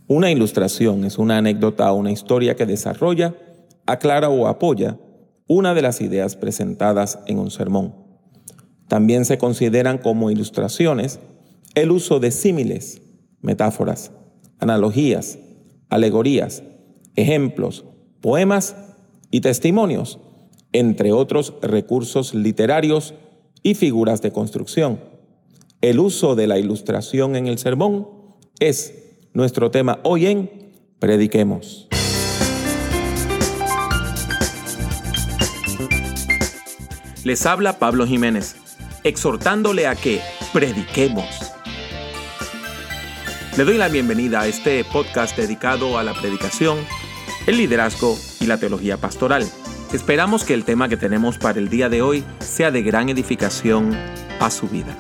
Una ilustración es una anécdota o una historia que desarrolla, aclara o apoya una de las ideas presentadas en un sermón. También se consideran como ilustraciones el uso de símiles, metáforas, analogías, alegorías, ejemplos, poemas y testimonios, entre otros recursos literarios y figuras de construcción. El uso de la ilustración en el sermón es nuestro tema hoy en Prediquemos. Les habla Pablo Jiménez, exhortándole a que prediquemos. Le doy la bienvenida a este podcast dedicado a la predicación, el liderazgo y la teología pastoral. Esperamos que el tema que tenemos para el día de hoy sea de gran edificación a su vida.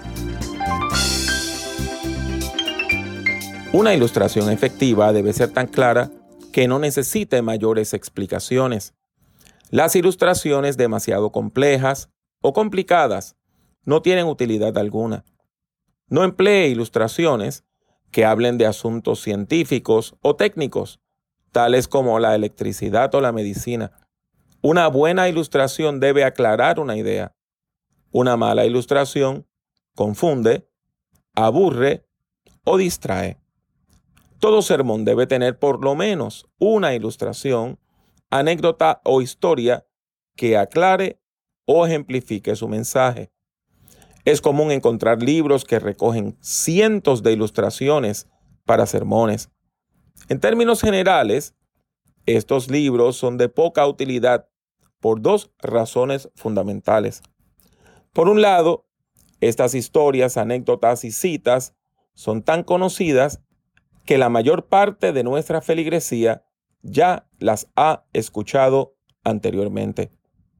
Una ilustración efectiva debe ser tan clara que no necesite mayores explicaciones. Las ilustraciones demasiado complejas o complicadas no tienen utilidad alguna. No emplee ilustraciones que hablen de asuntos científicos o técnicos, tales como la electricidad o la medicina. Una buena ilustración debe aclarar una idea. Una mala ilustración confunde, aburre o distrae. Todo sermón debe tener por lo menos una ilustración, anécdota o historia que aclare o ejemplifique su mensaje. Es común encontrar libros que recogen cientos de ilustraciones para sermones. En términos generales, estos libros son de poca utilidad por dos razones fundamentales. Por un lado, estas historias, anécdotas y citas son tan conocidas que la mayor parte de nuestra feligresía ya las ha escuchado anteriormente.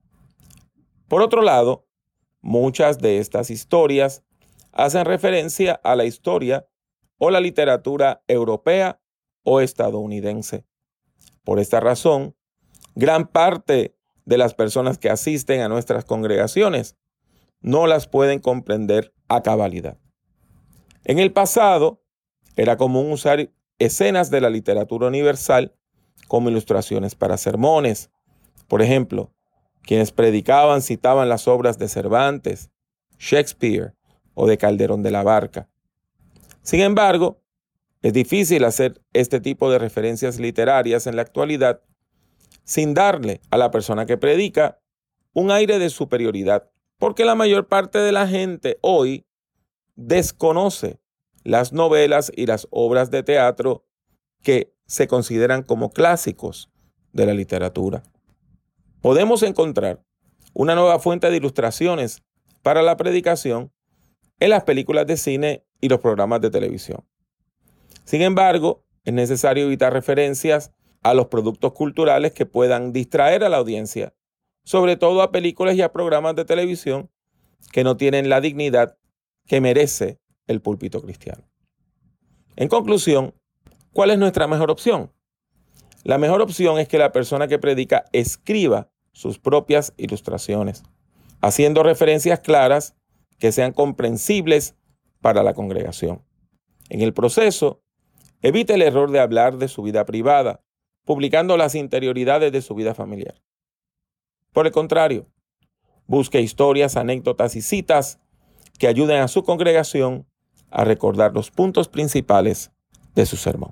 Por otro lado, muchas de estas historias hacen referencia a la historia o la literatura europea o estadounidense. Por esta razón, gran parte de las personas que asisten a nuestras congregaciones no las pueden comprender a cabalidad. En el pasado, era común usar escenas de la literatura universal como ilustraciones para sermones. Por ejemplo, quienes predicaban citaban las obras de Cervantes, Shakespeare o de Calderón de la Barca. Sin embargo, es difícil hacer este tipo de referencias literarias en la actualidad sin darle a la persona que predica un aire de superioridad, porque la mayor parte de la gente hoy desconoce las novelas y las obras de teatro que se consideran como clásicos de la literatura. Podemos encontrar una nueva fuente de ilustraciones para la predicación en las películas de cine y los programas de televisión. Sin embargo, es necesario evitar referencias a los productos culturales que puedan distraer a la audiencia, sobre todo a películas y a programas de televisión que no tienen la dignidad que merece el púlpito cristiano. En conclusión, ¿cuál es nuestra mejor opción? La mejor opción es que la persona que predica escriba sus propias ilustraciones, haciendo referencias claras que sean comprensibles para la congregación. En el proceso, evite el error de hablar de su vida privada, publicando las interioridades de su vida familiar. Por el contrario, busque historias, anécdotas y citas que ayuden a su congregación a recordar los puntos principales de su sermón.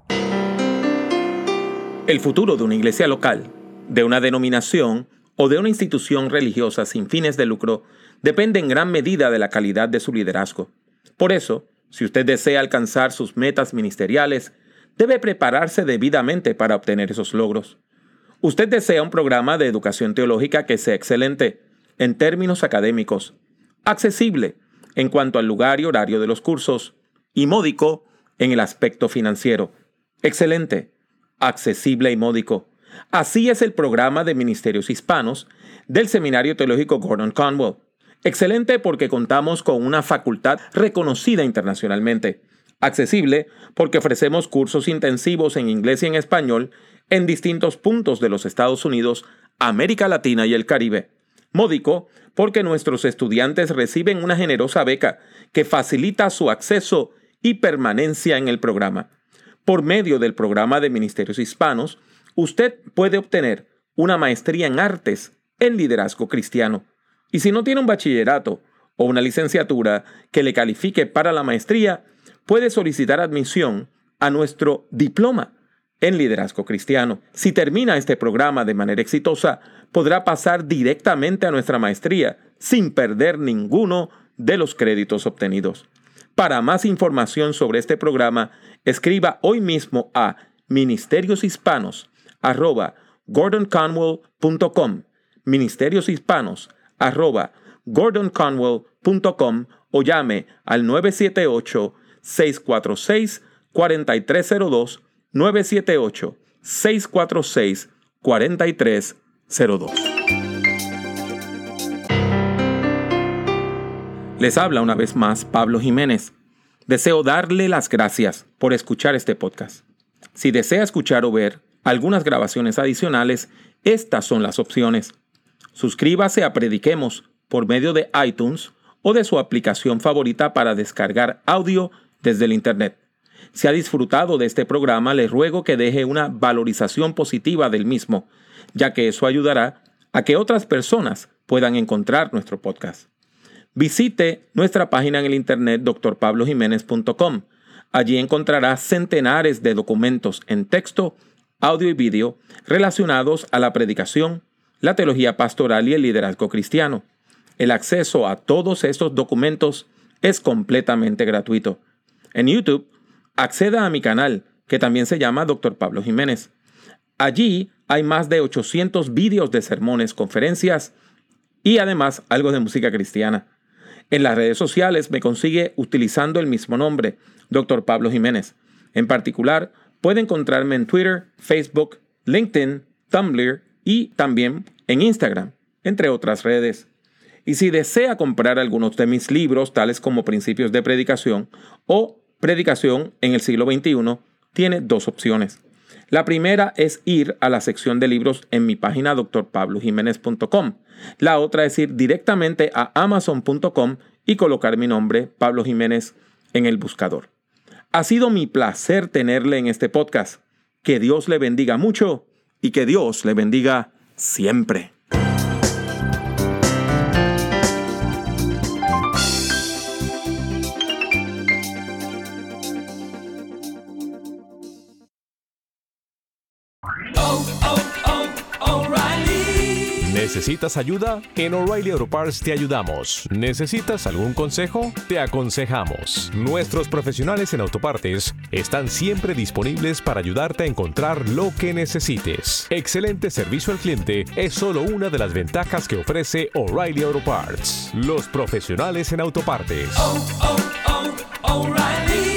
El futuro de una iglesia local, de una denominación o de una institución religiosa sin fines de lucro depende en gran medida de la calidad de su liderazgo. Por eso, si usted desea alcanzar sus metas ministeriales, debe prepararse debidamente para obtener esos logros. Usted desea un programa de educación teológica que sea excelente en términos académicos, accesible en cuanto al lugar y horario de los cursos, y módico en el aspecto financiero. Excelente, accesible y módico. Así es el programa de ministerios hispanos del Seminario Teológico Gordon Conwell. Excelente porque contamos con una facultad reconocida internacionalmente. Accesible porque ofrecemos cursos intensivos en inglés y en español en distintos puntos de los Estados Unidos, América Latina y el Caribe. Módico porque nuestros estudiantes reciben una generosa beca que facilita su acceso y permanencia en el programa. Por medio del programa de Ministerios Hispanos, usted puede obtener una maestría en artes en liderazgo cristiano. Y si no tiene un bachillerato o una licenciatura que le califique para la maestría, puede solicitar admisión a nuestro diploma en liderazgo cristiano. Si termina este programa de manera exitosa, podrá pasar directamente a nuestra maestría sin perder ninguno de los créditos obtenidos. Para más información sobre este programa, escriba hoy mismo a ministerioshispanos@gordonconwell.com, ministerioshispanos@gordonconwell.com o llame al 978-646-4302, 978-646-4302. Les habla una vez más Pablo Jiménez. Deseo darle las gracias por escuchar este podcast. Si desea escuchar o ver algunas grabaciones adicionales, estas son las opciones. Suscríbase a Prediquemos por medio de iTunes o de su aplicación favorita para descargar audio desde el Internet. Si ha disfrutado de este programa, le ruego que deje una valorización positiva del mismo, ya que eso ayudará a que otras personas puedan encontrar nuestro podcast. Visite nuestra página en el internet drpablojimenez.com. Allí encontrará centenares de documentos en texto, audio y vídeo relacionados a la predicación, la teología pastoral y el liderazgo cristiano. El acceso a todos estos documentos es completamente gratuito. En YouTube, acceda a mi canal, que también se llama Dr. Pablo Jiménez. Allí hay más de 800 vídeos de sermones, conferencias y además algo de música cristiana. En las redes sociales me consigue utilizando el mismo nombre, Dr. Pablo Jiménez. En particular, puede encontrarme en Twitter, Facebook, LinkedIn, Tumblr y también en Instagram, entre otras redes. Y si desea comprar algunos de mis libros, tales como Principios de Predicación o Predicación en el siglo XXI, tiene dos opciones. La primera es ir a la sección de libros en mi página drpablojimenez.com. La otra es ir directamente a amazon.com y colocar mi nombre, Pablo Jiménez, en el buscador. Ha sido mi placer tenerle en este podcast. Que Dios le bendiga mucho y que Dios le bendiga siempre. ¿Necesitas ayuda? En O'Reilly Auto Parts te ayudamos. ¿Necesitas algún consejo? Te aconsejamos. Nuestros profesionales en autopartes están siempre disponibles para ayudarte a encontrar lo que necesites. Excelente servicio al cliente es solo una de las ventajas que ofrece O'Reilly Auto Parts. Los profesionales en autopartes. O'Reilly.